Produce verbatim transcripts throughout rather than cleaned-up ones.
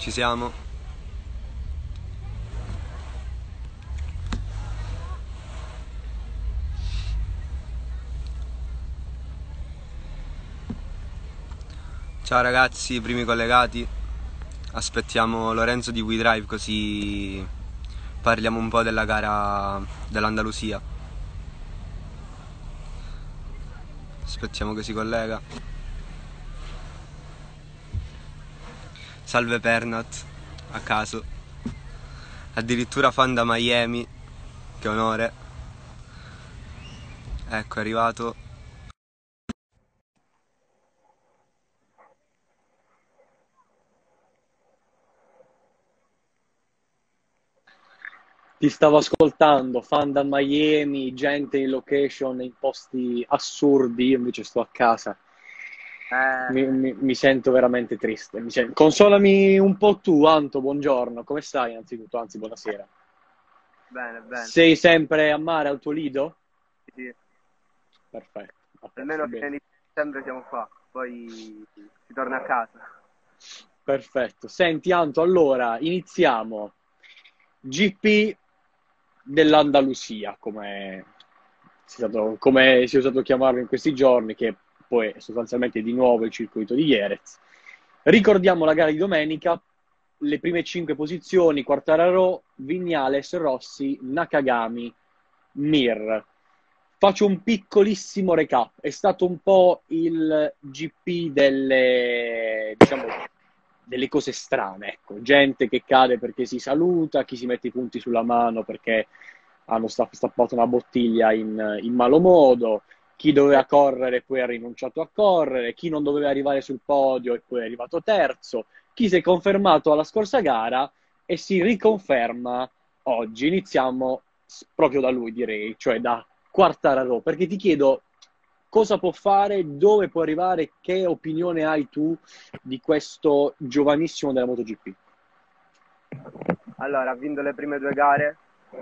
Ci siamo. Ciao ragazzi, primi collegati. Aspettiamo Lorenzo di WeDrive così parliamo un po' della gara dell'Andalusia. Aspettiamo che si collega. Salve Pernat, a caso. Addirittura fan da Miami, che onore. Ecco, è arrivato. Ti stavo ascoltando, fan da Miami, gente in location in posti assurdi, io invece sto a casa. Eh, Mi, mi- mi sento veramente triste. Mi sen- Consolami un po' tu, Anto, buongiorno. Come stai innanzitutto? Anzi, buonasera. bene, bene. Sei sempre a mare al tuo lido? Sì, Perfetto, a posto, almeno bene. fine di dicembre siamo qua, poi si torna a casa. Perfetto. Senti, Anto, allora iniziamo. G P dell'Andalusia, come si è stato- come si è usato chiamarlo in questi giorni, che poi è sostanzialmente di nuovo il circuito di Jerez. Ricordiamo la gara di domenica, le prime cinque posizioni: Quartararo, Vignales, Rossi, Nakagami, Mir. Faccio un piccolissimo recap. È stato un po' il G P delle, diciamo, delle cose strane, ecco. Gente che cade perché si saluta, chi si mette i punti sulla mano perché hanno sta- stappato una bottiglia in, in malo modo, chi doveva correre e poi ha rinunciato a correre, chi non doveva arrivare sul podio e poi è arrivato terzo, chi si è confermato alla scorsa gara e si riconferma oggi. Iniziamo s- proprio da lui, direi, cioè da Quartararo, perché ti chiedo cosa può fare, dove può arrivare, che opinione hai tu di questo giovanissimo della MotoGP? Allora, ha vinto le prime due gare,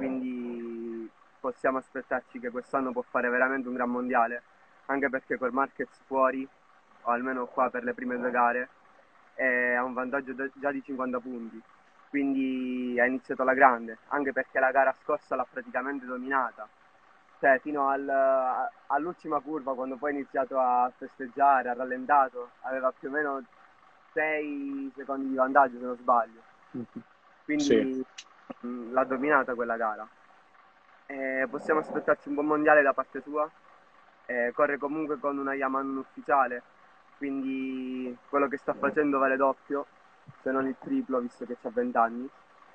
quindi possiamo aspettarci che quest'anno può fare veramente un gran mondiale, anche perché col Marquez fuori, o almeno qua per le prime due gare, è- ha un vantaggio de- già di cinquanta punti, quindi ha iniziato alla grande, anche perché la gara scorsa l'ha praticamente dominata, cioè fino al- a- all'ultima curva, quando poi ha iniziato a festeggiare, ha rallentato, aveva più o meno sei secondi di vantaggio se non sbaglio, Sì. quindi mh, l'ha dominata quella gara. Eh, possiamo aspettarci un buon mondiale da parte sua. Eh, corre comunque con una Yamaha non ufficiale, quindi quello che sta facendo vale doppio, se non il triplo, visto che ha venti anni.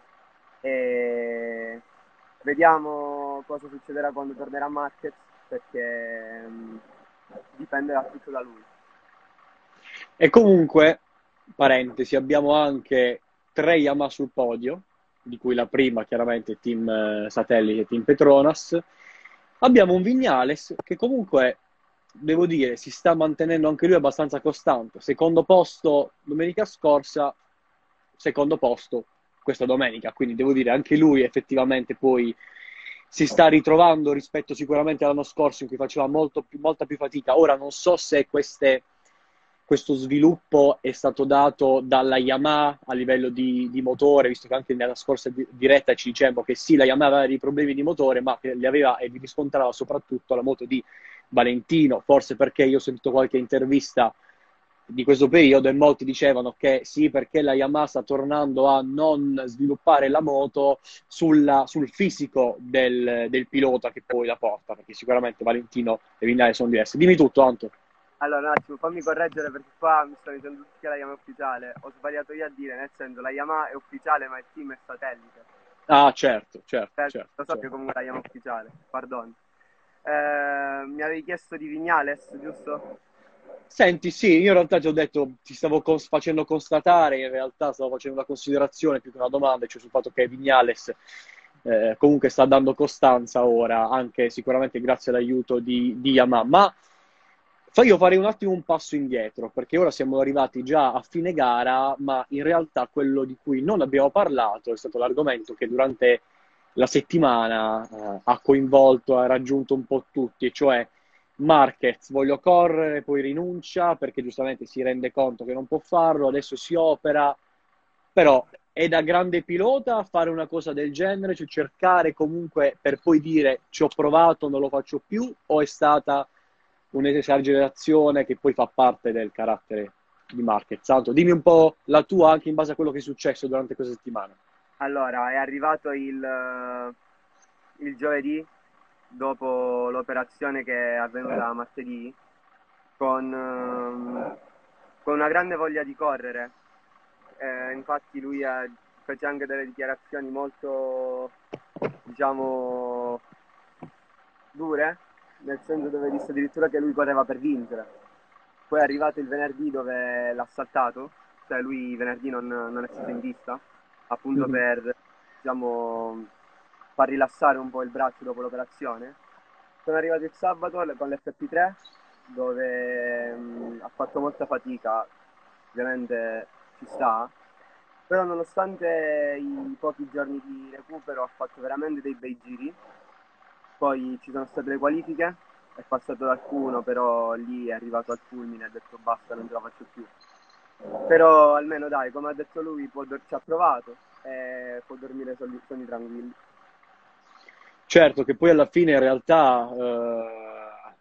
E vediamo cosa succederà quando tornerà Marquez, perché mh, dipenderà tutto da lui. E comunque, parentesi, abbiamo anche tre Yamaha sul podio, di cui la prima chiaramente è Team eh, Satellite, Team Petronas. Abbiamo un Vignales che comunque, devo dire, si sta mantenendo anche lui abbastanza costante. Secondo posto domenica scorsa, secondo posto questa domenica, quindi devo dire anche lui effettivamente poi si sta ritrovando rispetto sicuramente all'anno scorso in cui faceva molto più, molta più fatica. Ora non so se queste, questo sviluppo è stato dato dalla Yamaha a livello di, di motore, visto che anche nella scorsa di- diretta ci dicevamo che sì, la Yamaha aveva dei problemi di motore, ma che li aveva e li riscontrava soprattutto la moto di Valentino, forse perché io ho sentito qualche intervista di questo periodo e molti dicevano che sì, perché la Yamaha sta tornando a non sviluppare la moto sulla, sul fisico del, del pilota che poi la porta, perché sicuramente Valentino e Vignale sono diversi. Dimmi tutto, Anto. Allora, un attimo, fammi correggere perché qua mi stanno dicendo tutti che la Yamaha è ufficiale. Ho sbagliato io a dire, nel senso la Yamaha è ufficiale ma il team è satellite. Ah, certo, certo, Eh, certo, lo so che certo. comunque la Yamaha è ufficiale, pardon. Eh, mi avevi chiesto di Vignales, giusto? Senti, sì, io in realtà ti ho detto, ti stavo cons- facendo constatare, in realtà stavo facendo una considerazione più che una domanda, cioè sul fatto che Vignales eh, comunque sta dando costanza ora, anche sicuramente grazie all'aiuto di, di Yamaha. Ma fa- io farei un attimo un passo indietro, perché ora siamo arrivati già a fine gara, ma in realtà quello di cui non abbiamo parlato è stato l'argomento che durante la settimana eh, ha coinvolto, ha raggiunto un po' tutti, e cioè Marquez, voglio correre, poi rinuncia perché giustamente si rende conto che non può farlo, adesso si opera. Però è da grande pilota fare una cosa del genere, cioè cercare comunque per poi dire ci ho provato, non lo faccio più, o è stata un'esagerazione che poi fa parte del carattere di Marquez? Santo, dimmi un po' la tua anche in base a quello che è successo durante questa settimana. Allora, è arrivato il, eh, il giovedì, dopo l'operazione che è avvenuta martedì, con, ehm, con una grande voglia di correre. Eh, infatti lui ha- fece anche delle dichiarazioni molto, diciamo, dure, nel senso dove disse addirittura che lui correva per vincere. Poi è arrivato il venerdì dove l'ha saltato, cioè lui venerdì non, non è stato in pista, appunto Mhm. per, diciamo, far rilassare un po' il braccio dopo l'operazione. Sono arrivato il sabato con l'F P tre, dove mh, ha fatto molta fatica, ovviamente ci sta, però nonostante i pochi giorni di recupero ha fatto veramente dei bei giri. Poi ci sono state le qualifiche, è passato dal Q uno, però lì è arrivato al fulmine e ha detto basta, non ce la faccio più. Però almeno dai, come ha detto lui, può dor- ci ha provato e può dormire sonni, sonni tranquilli. Certo che poi alla fine in realtà eh,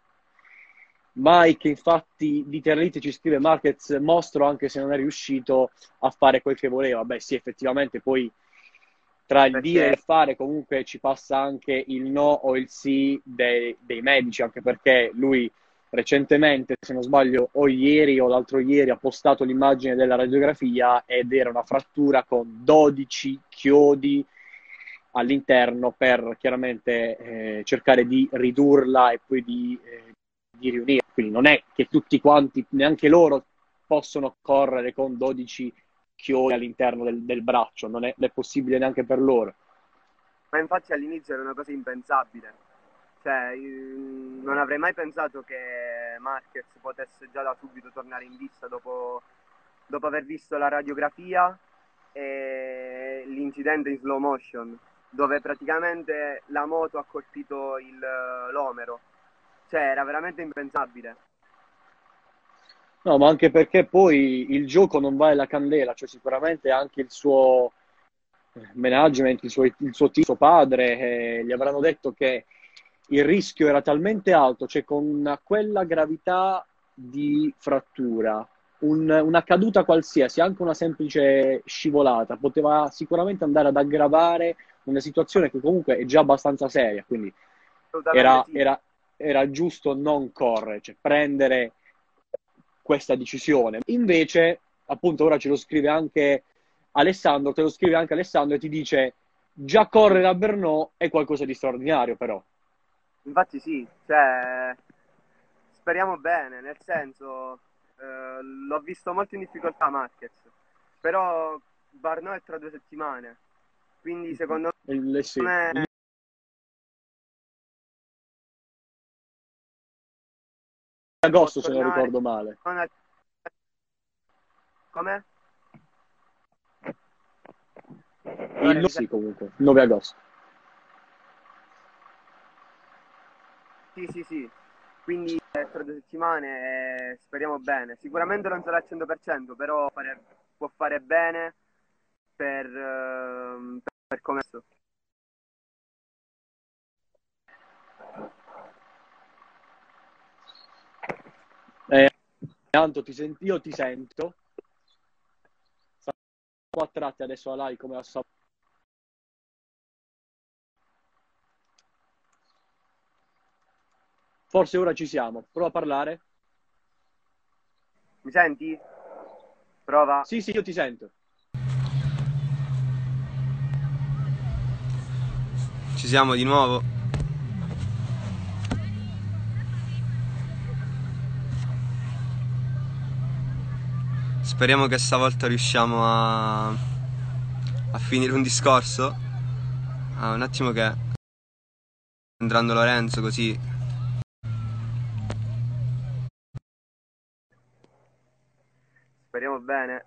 Mike infatti di Terrelite ci scrive Marquez mostro anche se non è riuscito a fare quel che voleva. Beh sì, effettivamente poi tra il dire e Perché il fare comunque ci passa anche il no o il sì dei, dei medici, anche perché lui recentemente, se non sbaglio, o ieri o l'altro ieri ha postato l'immagine della radiografia ed era una frattura con dodici chiodi all'interno per chiaramente eh, cercare di ridurla e poi di, eh, di riunire. Quindi non è che tutti quanti, neanche loro, possono correre con dodici chiodi all'interno del, del braccio, non è, non è possibile neanche per loro. Ma infatti all'inizio era una cosa impensabile. Cioè, io non avrei mai pensato che Marquez potesse già da subito tornare in vista dopo, dopo aver visto la radiografia e l'incidente in slow motion, dove praticamente la moto ha colpito il, l'omero. Cioè, era veramente impensabile. No, ma anche perché poi il gioco non vale la candela, cioè sicuramente anche il suo management, il suo, il suo team, suo padre, eh, gli avranno detto che il rischio era talmente alto, cioè con una- quella gravità di frattura, un- una caduta qualsiasi, anche una semplice scivolata, poteva sicuramente andare ad aggravare una situazione che comunque è già abbastanza seria, quindi Assolutamente era, sì. era- era giusto non correre, cioè prendere questa decisione. Invece, appunto, ora ce lo scrive anche Alessandro, te lo scrive anche Alessandro e ti dice già correre a Brno è qualcosa di straordinario, però. Infatti sì, cioè, speriamo bene, nel senso, eh, l'ho visto molto in difficoltà Marquez, però Barno è tra due settimane, quindi secondo Il, sì. me Il può agosto, se non tornare ricordo male. non al- come? Il Lore, no, mi sì, senti? comunque, nove agosto. Sì, sì, sì, quindi è tra due settimane e speriamo bene. Sicuramente non sarà al cento per cento, però fare- può fare bene per, ehm, per, per come è messo. Eh, tanto ti senti, io ti sento. Siamo a tratti adesso a live come al solito. Forse ora ci siamo. Prova a parlare. Mi senti? Prova. Sì, sì, io ti sento. Ci siamo di nuovo. Speriamo che stavolta riusciamo a, a finire un discorso. Ah, un attimo che sta entrando Lorenzo così. Speriamo bene.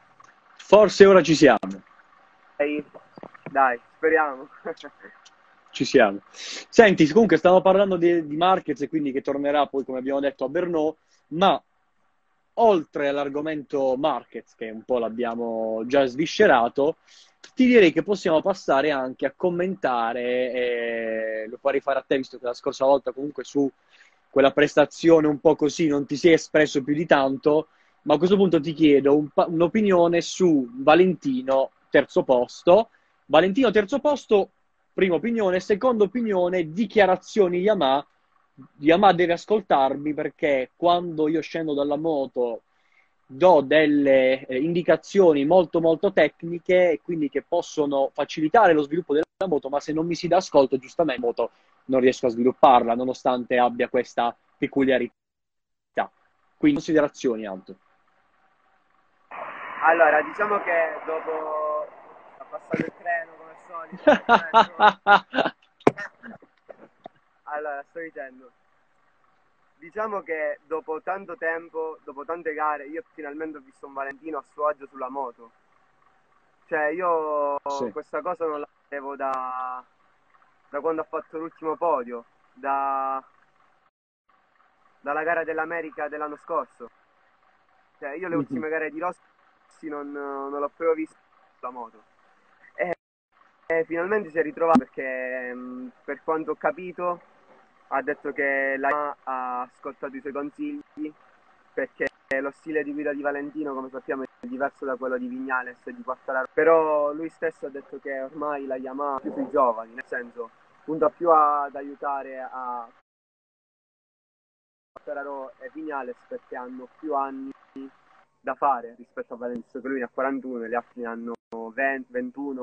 Forse ora ci siamo. Dai, dai, speriamo. ci siamo. Senti, comunque stavamo parlando di, di Marquez e quindi che tornerà poi, come abbiamo detto, a Brno, ma oltre all'argomento Marquez, che un po' l'abbiamo già sviscerato, ti direi che possiamo passare anche a commentare, eh, lo farei fare a te, visto che la scorsa volta comunque su quella prestazione un po' così non ti sei espresso più di tanto, ma a questo punto ti chiedo un pa- un'opinione su Valentino, terzo posto. Valentino, terzo posto, prima opinione. Seconda opinione, dichiarazioni Yamaha. Yamaha deve ascoltarmi perché quando io scendo dalla moto do delle eh, indicazioni molto molto tecniche e quindi che possono facilitare lo sviluppo della moto, ma se non mi si dà ascolto, giustamente la moto non riesco a svilupparla, nonostante abbia questa peculiarità. Quindi considerazioni, Anto. Allora, diciamo che dopo ha passato il treno come al solito nel centro. Allora, sto dicendo, diciamo che dopo tanto tempo, dopo tante gare, io finalmente ho visto un Valentino a suo agio sulla moto. Cioè, io Sì. questa cosa non la vedevo da, da quando ha fatto l'ultimo podio, da, dalla gara dell'America dell'anno scorso. Cioè, io le Mhm. ultime gare di Rossi non, non l'ho proprio vista sulla moto. E, e finalmente si è ritrovato perché, mh, per quanto ho capito, ha detto che la Yamaha ha ascoltato i suoi consigli perché lo stile di guida di Valentino, come sappiamo, è diverso da quello di Vignales e di Quartararo. Però lui stesso ha detto che ormai la Yamaha è più sui giovani, nel senso punta più ad aiutare a Quartararo e Vignales perché hanno più anni da fare rispetto a Valentino, che lui ne ha quarantuno e gli altri ne hanno venti, ventuno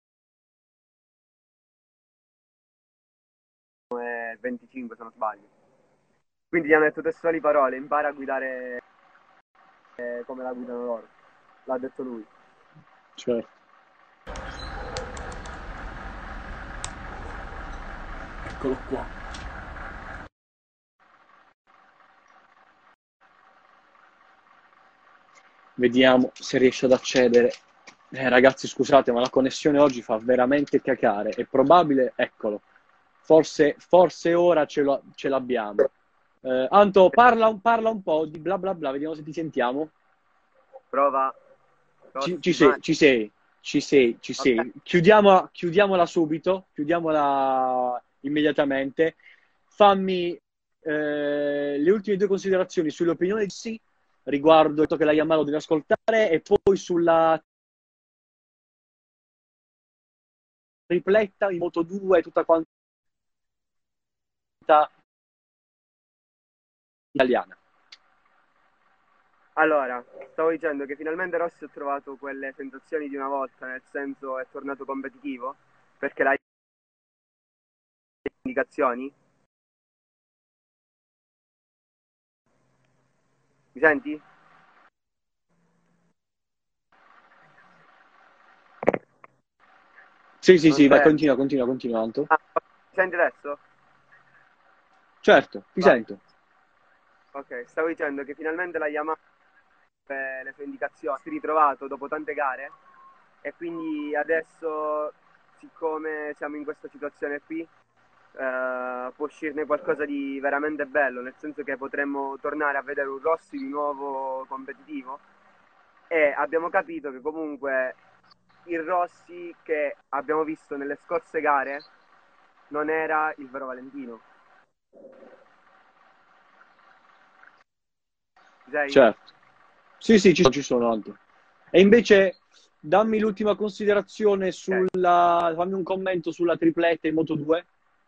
e venticinque se non sbaglio. Quindi gli hanno detto testuali parole, impara a guidare come la guidano loro, l'ha detto lui. Certo. Eccolo qua. Vediamo se riesce ad accedere. Eh, ragazzi, scusate, ma la connessione oggi fa veramente cacare. È probabile, eccolo. Forse, forse ora ce, lo- ce l'abbiamo. Eh, Anto, parla, un- parla un po' di bla bla bla, vediamo se ti sentiamo. Prova, Ci, ci Rossi, vai. sei, ci sei, ci sei, ci Ok. sei. Chiudiamola, chiudiamola subito, chiudiamola immediatamente. Fammi eh, le ultime due considerazioni sulle opinioni di sì riguardo il che la Yamaha lo deve ascoltare e poi sulla tripletta in Moto due tutta quanta italiana. Allora, stavo dicendo che finalmente Rossi ha trovato quelle sensazioni di una volta, nel senso è tornato competitivo, perché le indicazioni. Mi senti? Sì, sì, Non sì, vai, c'è. continua, continua, continua, Anto. Ah, mi senti adesso? Certo, ti Vai. sento. Ok, stavo dicendo che finalmente la Yamaha ha le sue indicazioni, si è ritrovato dopo tante gare e quindi adesso, siccome siamo in questa situazione qui, eh, può uscirne qualcosa di veramente bello, nel senso che potremmo tornare a vedere un Rossi di nuovo competitivo e abbiamo capito che comunque il Rossi che abbiamo visto nelle scorse gare non era il vero Valentino. Ci sei? Certo. Sì, sì, ci sono, ci sono, Anto. E invece dammi l'ultima considerazione Ok. sulla, fammi un commento sulla tripletta in Moto due.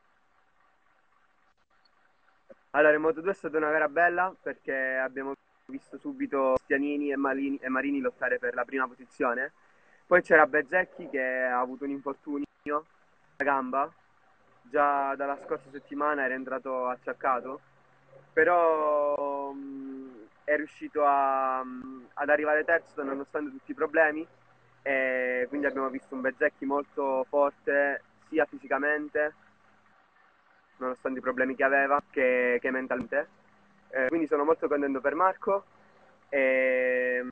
Allora, in Moto due è stata una gara bella perché abbiamo visto subito Stianini e, Malini, e Marini lottare per la prima posizione. Poi c'era Bezzecchi che ha avuto un infortunio alla gamba, già dalla scorsa settimana era entrato acciaccato, però mh, è riuscito a, mh, ad arrivare terzo nonostante tutti i problemi e quindi abbiamo visto un Bezzecchi molto forte sia fisicamente nonostante i problemi che aveva, che, che mentalmente. Eh, quindi sono molto contento per Marco e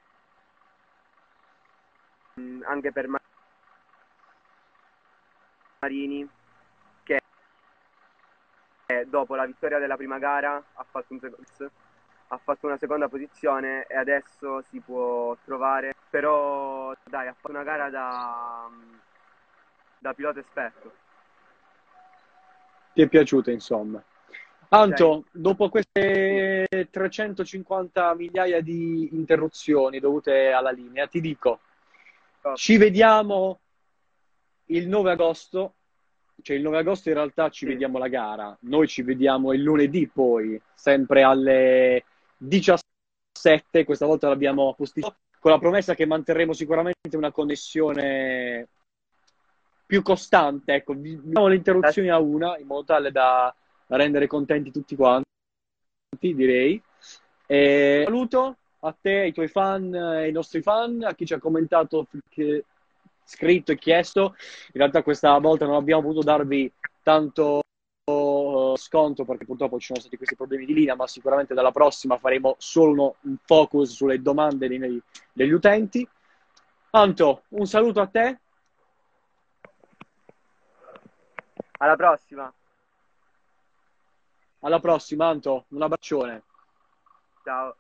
mh, anche per Marini, che dopo la vittoria della prima gara ha fatto, un sec- ha fatto una seconda posizione e adesso si può trovare, però dai, ha fatto una gara da, da pilota esperto. Ti è piaciuta, insomma. Sei? Anto, dopo queste trecentocinquanta migliaia di interruzioni dovute alla linea, ti dico, Top. ci vediamo il nove agosto, cioè il nove agosto in realtà ci Sì. vediamo la gara, noi ci vediamo il lunedì poi, sempre alle diciassette, questa volta l'abbiamo posticipato, con la promessa che manterremo sicuramente una connessione più costante, ecco, diamo le interruzioni a una in modo tale da, da rendere contenti tutti quanti, direi. E saluto a te, ai tuoi fan, ai nostri fan, a chi ci ha commentato, che, scritto e chiesto. In realtà questa volta non abbiamo potuto darvi tanto uh, sconto perché purtroppo ci sono stati questi problemi di linea, ma sicuramente dalla prossima faremo solo uno, un focus sulle domande dei, degli utenti. Anto, un saluto a te. Alla prossima. Alla prossima, Anto. Un abbraccione. Ciao.